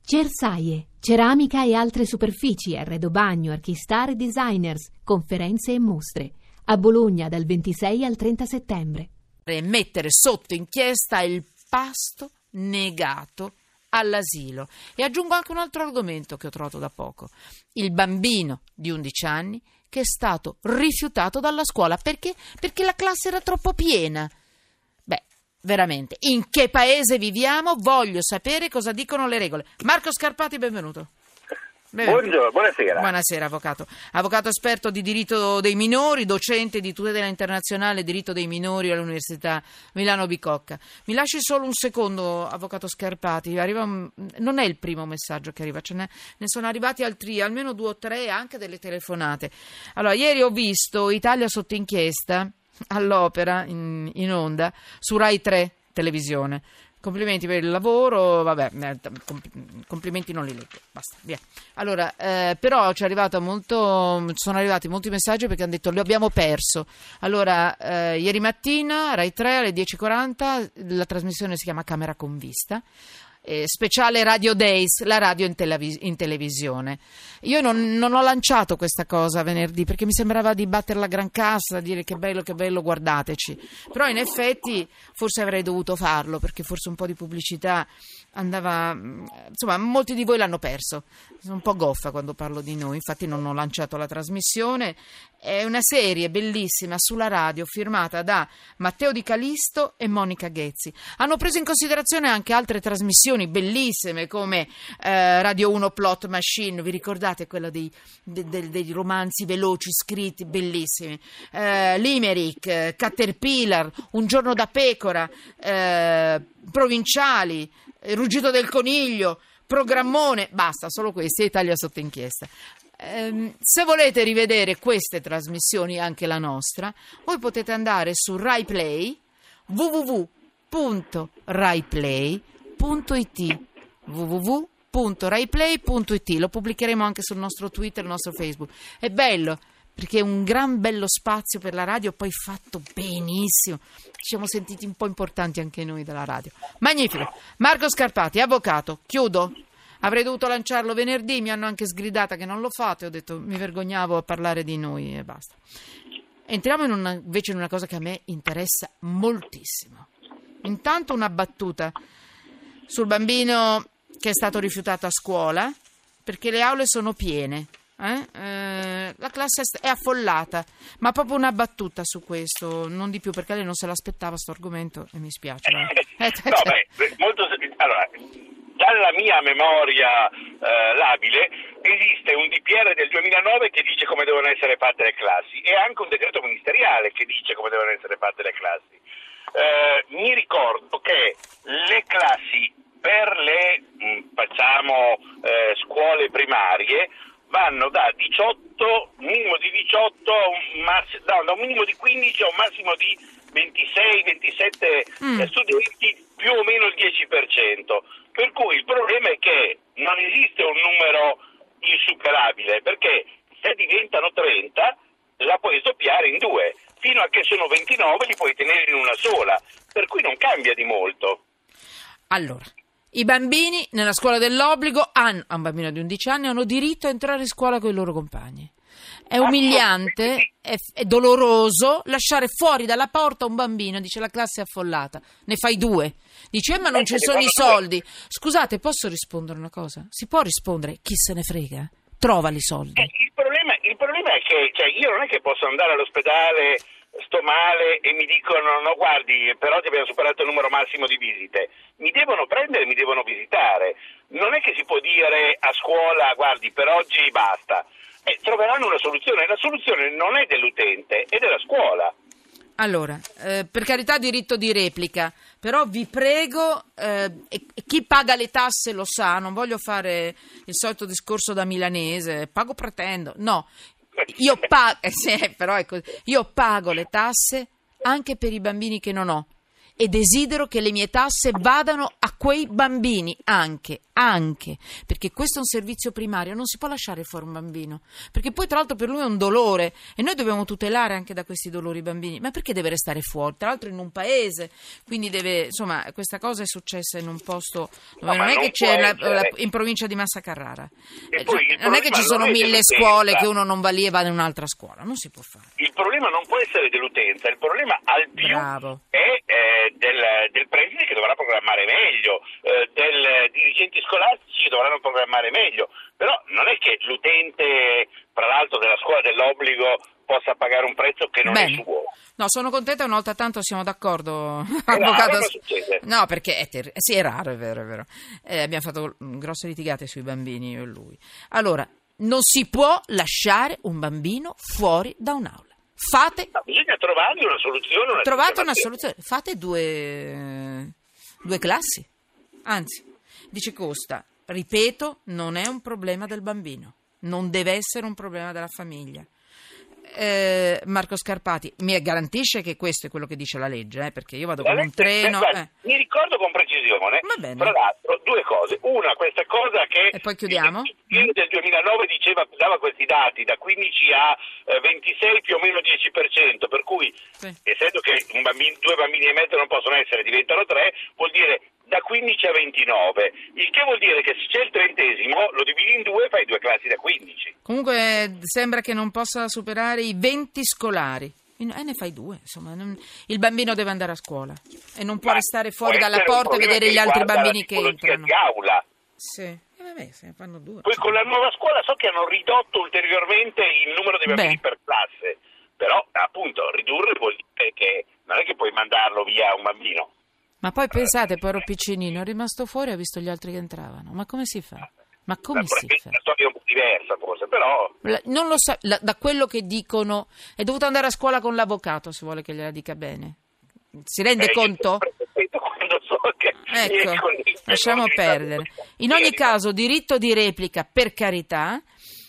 Cersaie, ceramica e altre superfici, arredo bagno, archistar e designers, conferenze e mostre. A Bologna dal 26 al 30 settembre. E mettere sotto inchiesta il pasto negato all'asilo. E aggiungo anche un altro argomento che ho trovato da poco. Il bambino di 11 anni che è stato rifiutato dalla scuola. Perché? Perché la classe era troppo piena. Veramente, in che paese viviamo? Voglio sapere cosa dicono le regole. Marco Scarpati, benvenuto. Buongiorno, buonasera. Buonasera, avvocato. Avvocato esperto di diritto dei minori, docente di tutela internazionale e diritto dei minori all'Università Milano Bicocca. Mi lasci solo un secondo, avvocato Scarpati. Non è il primo messaggio che arriva, ne sono arrivati altri, almeno 2 o 3, anche delle telefonate. Allora, ieri ho visto Italia sotto inchiesta all'opera in onda su Rai 3 televisione. Complimenti per il lavoro, complimenti non li leggo, basta, via. Allora, però sono arrivati molti messaggi perché hanno detto lo abbiamo perso. Allora, ieri mattina Rai 3 alle 10:40 la trasmissione si chiama Camera con Vista. Speciale Radio Days, la radio in televisione. Io non ho lanciato questa cosa venerdì perché mi sembrava di battere la gran cassa, dire che bello, guardateci. Però in effetti forse avrei dovuto farlo perché forse un po' di pubblicità andava, insomma, molti di voi l'hanno perso. Sono un po' goffa quando parlo di noi, infatti non ho lanciato la trasmissione. È una serie bellissima sulla radio firmata da Matteo Di Calisto e Monica Ghezzi. Hanno preso in considerazione anche altre trasmissioni bellissime come Radio 1 Plot Machine, vi ricordate quella dei romanzi veloci scritti bellissimi, Limerick, Caterpillar, Un giorno da pecora, Provinciali, Ruggito del coniglio, Programmone, basta, solo questi, Italia sotto inchiesta. Se volete rivedere queste trasmissioni, anche la nostra, voi potete andare su Rai Play, www.raiplay.it www.raiplay.it. Lo pubblicheremo anche sul nostro Twitter e il nostro Facebook. È bello perché è un gran bello spazio per la radio, poi fatto benissimo. Ci siamo sentiti un po' importanti anche noi della radio. Magnifico. Marco Scarpati, avvocato, chiudo. Avrei dovuto lanciarlo venerdì, mi hanno anche sgridata che non l'ho fatto e ho detto mi vergognavo a parlare di noi e basta. Entriamo invece in una cosa che a me interessa moltissimo. Intanto una battuta sul bambino che è stato rifiutato a scuola perché le aule sono piene. La classe è affollata, ma proprio una battuta su questo, non di più, perché lei non se l'aspettava sto argomento e mi spiace. Allora, dalla mia memoria labile esiste un DPR del 2009 che dice come devono essere fatte le classi e anche un decreto ministeriale che dice come devono essere fatte le classi. Mi ricordo che le classi per le scuole primarie vanno da 18, minimo di 18 da un minimo di 15 a un massimo di 26-27 studenti, più o meno il 10%. Per cui il problema è che non esiste un numero insuperabile, perché se diventano 30 la puoi doppiare in 2, fino a che sono 29 li puoi tenere in una sola, per cui non cambia di molto. Allora, i bambini nella scuola dell'obbligo un bambino di 11 anni hanno diritto a entrare in scuola con i loro compagni. È umiliante, è doloroso lasciare fuori dalla porta un bambino, dice la classe è affollata, ne fai 2. Dice ma non ci sono i soldi. Scusate, posso rispondere una cosa? Si può rispondere, chi se ne frega? Trova i soldi. Il problema è che io non è che posso andare all'ospedale, sto male e mi dicono no guardi però ti abbiamo superato il numero massimo di visite, mi devono prendere, mi devono visitare, non è che si può dire a scuola guardi per oggi basta, troveranno una soluzione, la soluzione non è dell'utente, è della scuola. Allora, per carità diritto di replica, però vi prego, chi paga le tasse lo sa, non voglio fare il solito discorso da milanese, pago pretendo, no. Io pago le tasse anche per i bambini che non ho e desidero che le mie tasse vadano a quei bambini, anche, perché questo è un servizio primario, non si può lasciare fuori un bambino, perché poi tra l'altro per lui è un dolore e noi dobbiamo tutelare anche da questi dolori i bambini, ma perché deve restare fuori? Tra l'altro in un paese, quindi insomma, questa cosa è successa in un posto dove non è che c'è in provincia di Massa Carrara, non è che ci sono 1000 scuole che uno non va lì e va in un'altra scuola, non si può fare. Il problema non può essere dell'utenza, il problema al più è del preside che dovrà programmare meglio, dei dirigenti scolastici che dovranno programmare meglio, però non è che l'utente, tra l'altro della scuola dell'obbligo, possa pagare un prezzo che non è suo. No, sono contenta, una volta tanto siamo d'accordo, avvocato. No, perché sì, è raro, è vero. Abbiamo fatto grosse litigate sui bambini, io e lui. Allora, non si può lasciare un bambino fuori da un'aula. Bisogna trovargli una soluzione. Trovate una soluzione. Fate due classi. Anzi, dice Costa, ripeto, non è un problema del bambino. Non deve essere un problema della famiglia. Marco Scarpati mi garantisce che questo è quello che dice la legge, perché io vado con un treno. Mi ricordo con precisione, tra l'altro, due cose. Una, questa cosa che e poi chiudiamo. Il del 2009 dava questi dati da 15 a 26 più o meno 10%, per cui essendo che due bambini e mezzo non possono essere, diventano 3, vuol dire da 15 a 29, il che vuol dire che se c'è il 30°, lo dividi in due e fai 2 classi da 15. Comunque sembra che non possa superare i 20 scolari. Ne fai 2, insomma. Il bambino deve andare a scuola e non può restare fuori dalla porta e vedere gli altri bambini che entrano. Di aula. Sì. Vabbè, se ne fanno 2. Poi con la nuova scuola so che hanno ridotto ulteriormente il numero dei bambini per classe, però appunto ridurre vuol dire che non è che puoi mandarlo via un bambino. Ma poi pensate, povero piccinino, è rimasto fuori e ha visto gli altri che entravano. Ma come si fa? Ma come si fa? La storia è un po' diversa forse, però... Non lo so, da quello che dicono è dovuto andare a scuola con l'avvocato, se vuole che gliela dica bene. Si rende conto? Quando so che ecco, lasciamo perdere. In ogni caso, diritto di replica, per carità.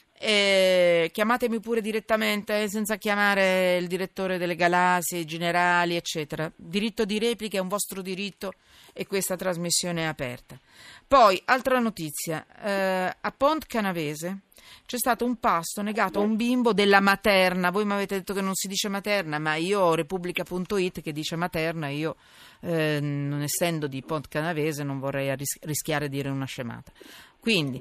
Chiamatemi pure direttamente senza chiamare il direttore delle galassie, i generali eccetera. Diritto di replica è un vostro diritto e questa trasmissione è aperta. Poi altra notizia, a Pont Canavese c'è stato un pasto negato a un bimbo della Materna. Voi mi avete detto che non si dice Materna, ma io ho Repubblica.it che dice Materna. Io non essendo di Pont Canavese non vorrei rischiare di dire una scemata, quindi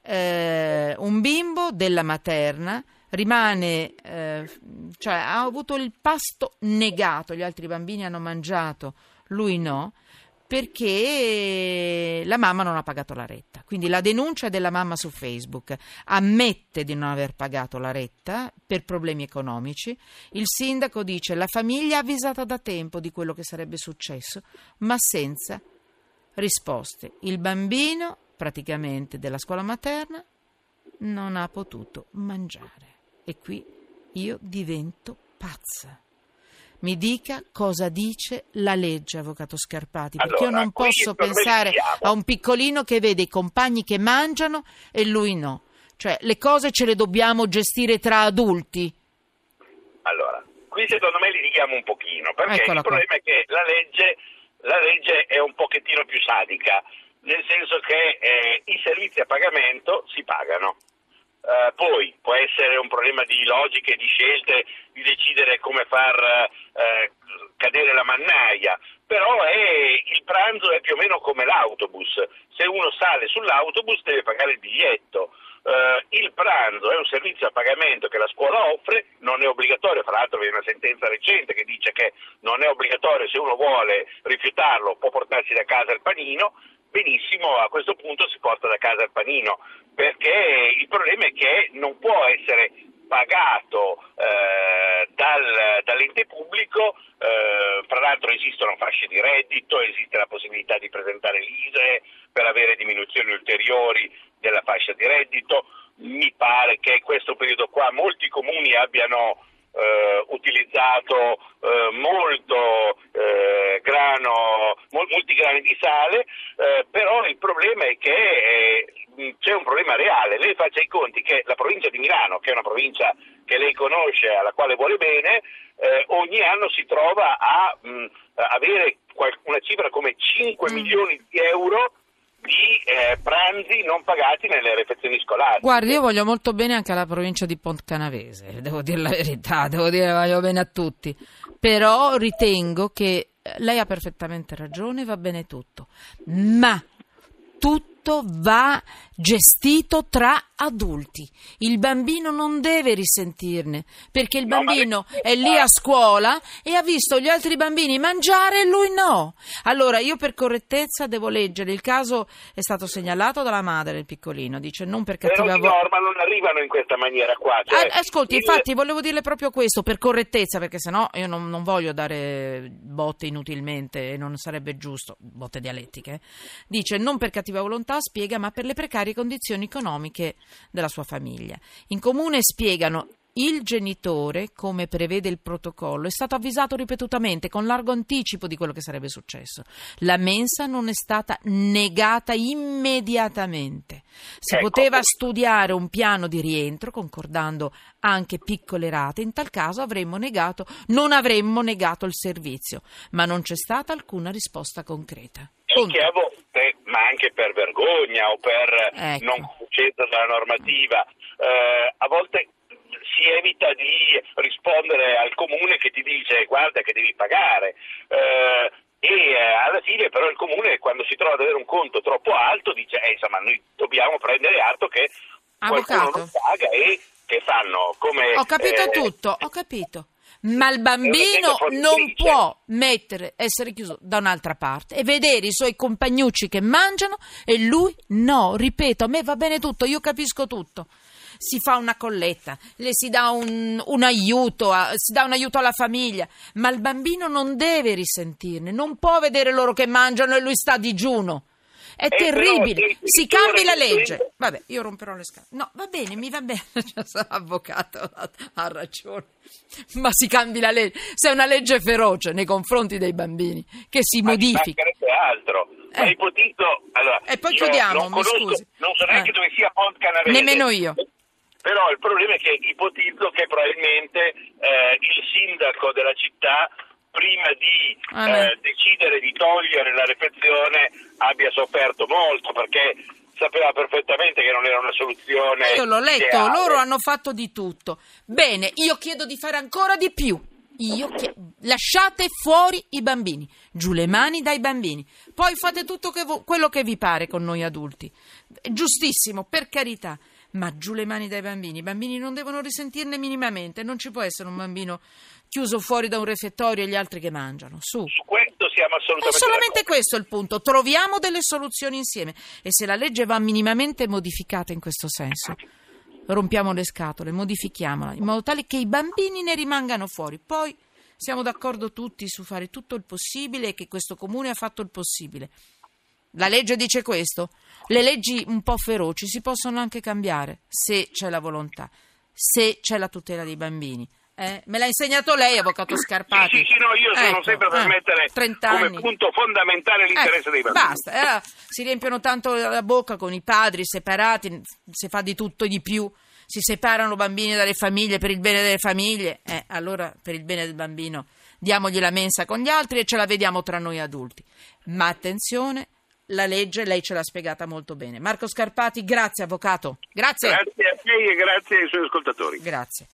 un bimbo della Materna rimane, cioè ha avuto il pasto negato, gli altri bambini hanno mangiato, lui no, perché la mamma non ha pagato la retta. Quindi la denuncia della mamma su Facebook, ammette di non aver pagato la retta per problemi economici. Il sindaco dice la famiglia ha avvisata da tempo di quello che sarebbe successo, ma senza risposte. Il bambino praticamente della scuola materna non ha potuto mangiare e qui io divento pazza. Mi dica cosa dice la legge, avvocato Scarpati, perché io non posso pensare a un piccolino che vede i compagni che mangiano e lui no. Cioè le cose ce le dobbiamo gestire tra adulti. Allora, qui secondo me litighiamo un pochino, perché il problema è che la legge è un pochettino più sadica, nel senso che i servizi a pagamento si pagano. Poi può essere un problema di logiche, di scelte, di decidere come far cadere la mannaia, però il pranzo è più o meno come l'autobus. Se uno sale sull'autobus deve pagare il biglietto. Il pranzo è un servizio a pagamento che la scuola offre, non è obbligatorio, fra l'altro vi è una sentenza recente che dice che non è obbligatorio, se uno vuole rifiutarlo può portarsi da casa il panino. Benissimo, a questo punto si porta da casa il panino, perché il problema è che non può essere pagato dall'ente pubblico. Fra l'altro esistono fasce di reddito, esiste la possibilità di presentare l'ISEE per avere diminuzioni ulteriori della fascia di reddito. Mi pare che in questo periodo qua molti comuni abbiano utilizzato molti grani di sale, però il problema è che c'è un problema reale. Lei faccia i conti che la provincia di Milano, che è una provincia che lei conosce, alla quale vuole bene, ogni anno si trova a avere una cifra come 5 milioni di euro di pranzi non pagati nelle refezioni scolastiche. Guardi, io voglio molto bene anche alla provincia di Pontcanavese, devo dire la verità, voglio bene a tutti, però ritengo che lei ha perfettamente ragione, va bene tutto, ma tutto va gestito tra adulti. Il bambino non deve risentirne, perché il bambino è lì a scuola e ha visto gli altri bambini mangiare e lui no. Allora io per correttezza devo leggere, il caso è stato segnalato dalla madre del piccolino, dice non per cattiva volontà. Però norma non arrivano in questa maniera qua. Cioè, ascolti, infatti volevo dirle proprio questo, per correttezza, perché sennò io non voglio dare botte inutilmente e non sarebbe giusto, botte dialettiche. Dice non per cattiva volontà, spiega, ma per le precarie condizioni economiche della sua famiglia. In comune spiegano: il genitore, come prevede il protocollo, è stato avvisato ripetutamente con largo anticipo di quello che sarebbe successo. La mensa non è stata negata immediatamente. Si poteva studiare un piano di rientro concordando anche piccole rate. In tal caso non avremmo negato il servizio, ma non c'è stata alcuna risposta concreta. Che a volte, ma anche per vergogna o per non conoscenza della normativa, a volte si evita di rispondere al comune che ti dice guarda che devi pagare, e alla fine però il comune, quando si trova ad avere un conto troppo alto, dice insomma noi dobbiamo prendere atto che qualcuno non paga, e che fanno come... Ho capito tutto, ho capito. Ma il bambino non può essere chiuso da un'altra parte e vedere i suoi compagnucci che mangiano e lui no. Ripeto, a me va bene tutto, io capisco tutto. Si fa una colletta, le si dà un aiuto, si dà un aiuto alla famiglia, ma il bambino non deve risentirne, non può vedere loro che mangiano e lui sta a digiuno. È terribile, si cambi la legge. Vabbè, io romperò le scatole. No, va bene, mi va bene, l'avvocato ha ragione. Ma si cambi la legge. Se è una legge feroce nei confronti dei bambini, che si modifichi. Altro. Ma ipotizzo, allora, e poi chiudiamo, mi scusi. Non so neanche dove sia Pontcanavese. Nemmeno io. Però il problema è che ipotizzo che probabilmente il sindaco della città, prima di decidere di togliere la refezione, abbia sofferto molto, perché sapeva perfettamente che non era una soluzione. Io l'ho letto, ideale. Loro hanno fatto di tutto. Bene, io chiedo di fare ancora di più. Lasciate fuori i bambini, giù le mani dai bambini, poi fate tutto quello che vi pare con noi adulti. Giustissimo, per carità. Ma giù le mani dai bambini. I bambini non devono risentirne minimamente. Non ci può essere un bambino chiuso fuori da un refettorio e gli altri che mangiano. Su questo siamo assolutamente è solamente d'accordo. questo il punto. Troviamo delle soluzioni insieme. E se la legge va minimamente modificata in questo senso, rompiamo le scatole, modifichiamola in modo tale che i bambini ne rimangano fuori. Poi siamo d'accordo tutti su fare tutto il possibile e che questo comune ha fatto il possibile. La legge dice questo. Le leggi un po' feroci si possono anche cambiare se c'è la volontà, se c'è la tutela dei bambini. Me l'ha insegnato lei, avvocato Scarpati. Sì, no, io sono sempre per mettere come punto fondamentale l'interesse dei bambini. Basta, si riempiono tanto la bocca con i padri separati, si fa di tutto e di più, si separano bambini dalle famiglie per il bene delle famiglie, allora per il bene del bambino diamogli la mensa con gli altri e ce la vediamo tra noi adulti. Ma attenzione, la legge lei ce l'ha spiegata molto bene. Marco Scarpati, grazie avvocato. Grazie. Grazie a lei e grazie ai suoi ascoltatori. Grazie.